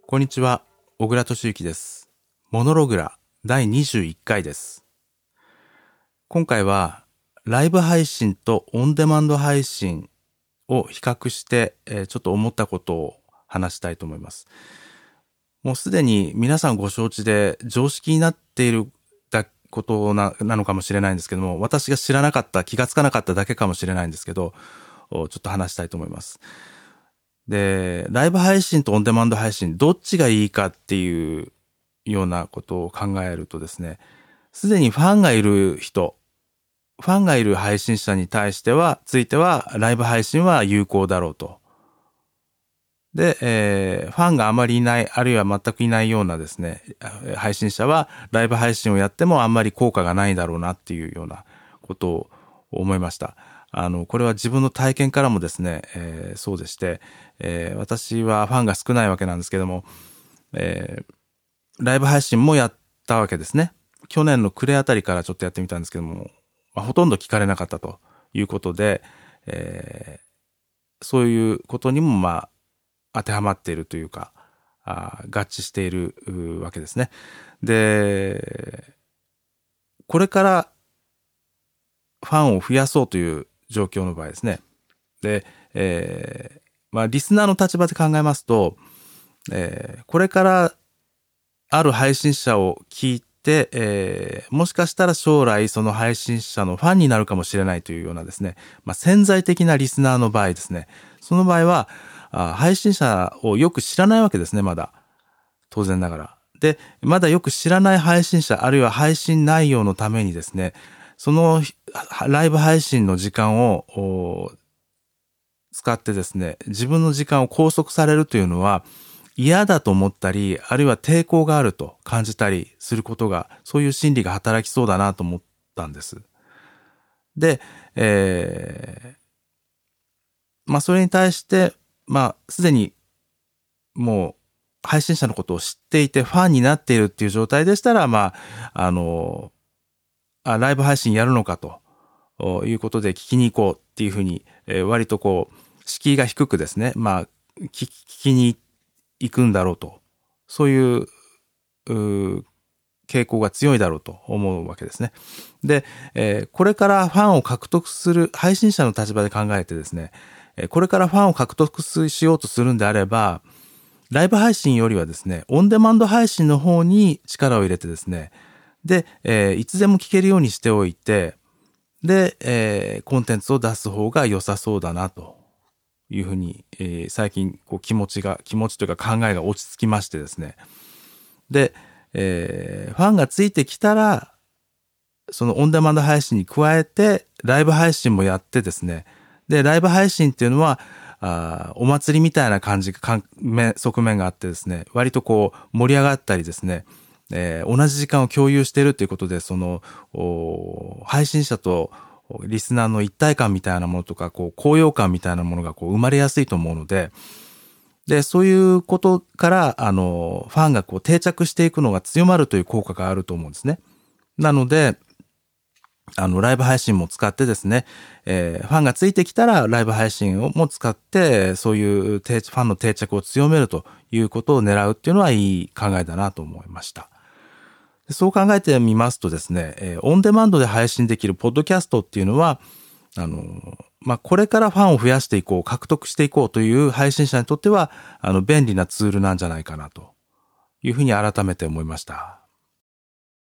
こんにちは、小倉俊之です。モノログラ第21回です。今回はライブ配信とオンデマンド配信を比較して、ちょっと思ったことを話したいと思います。もうすでに皆さんご承知で常識になっていることなのかもしれないんですけども、私が知らなかった、気がつかなかっただけかもしれないんですけど、ちょっと話したいと思います。で、ライブ配信とオンデマンド配信、どっちがいいかっていうようなことを考えるとですね、すでにファンがいる配信者については、ライブ配信は有効だろうと。で、ファンがあまりいない、あるいは全くいないようなですね、配信者は、ライブ配信をやってもあんまり効果がないだろうなっていうようなことを思いました。これは自分の体験からもですね、そうでして、私はファンが少ないわけなんですけども、ライブ配信もやったわけですね。去年の暮れあたりからちょっとやってみたんですけども、ほとんど聞かれなかったということで、そういうことにも当てはまっているというか、合致しているわけですね。で、これからファンを増やそうという状況の場合ですね。で、リスナーの立場で考えますと、これからある配信者を聞いて、もしかしたら将来その配信者のファンになるかもしれないというようなですね、潜在的なリスナーの場合ですね、その場合は、配信者をよく知らないわけですね、まだ。当然ながら。で、まだよく知らない配信者、あるいは配信内容のためにですね、そのライブ配信の時間を使ってですね、自分の時間を拘束されるというのは嫌だと思ったり、あるいは抵抗があると感じたりすることが、そういう心理が働きそうだなと思ったんです。で、それに対して、すでにもう配信者のことを知っていてファンになっているっていう状態でしたら、ライブ配信やるのかということで聞きに行こうっていうふうに、割と敷居が低くですね、聞きに行くんだろうと、そういう傾向が強いだろうと思うわけですね。で、これからファンを獲得する配信者の立場で考えてですね、これからファンを獲得しようとするんであれば、ライブ配信よりはですね、オンデマンド配信の方に力を入れてですね、で、いつでも聞けるようにしておいて、で、コンテンツを出す方が良さそうだなというふうに、最近気持ちというか考えが落ち着きましてですね。で、ファンがついてきたら、そのオンデマンド配信に加えて、ライブ配信もやってですね。で、ライブ配信っていうのは、お祭りみたいな感じ側面があってですね、割と盛り上がったりですね、同じ時間を共有しているということで、その配信者とリスナーの一体感みたいなものとか、高揚感みたいなものが生まれやすいと思うので、で、そういうことから、ファンが定着していくのが強まるという効果があると思うんですね。なので、ライブ配信も使ってですね、ファンがついてきたらライブ配信も使って、そういうファンの定着を強めるということを狙うっていうのはいい考えだなと思いました。そう考えてみますとですね、オンデマンドで配信できるポッドキャストっていうのは、これからファンを増やしていこう、獲得していこうという配信者にとっては、便利なツールなんじゃないかなというふうに改めて思いました。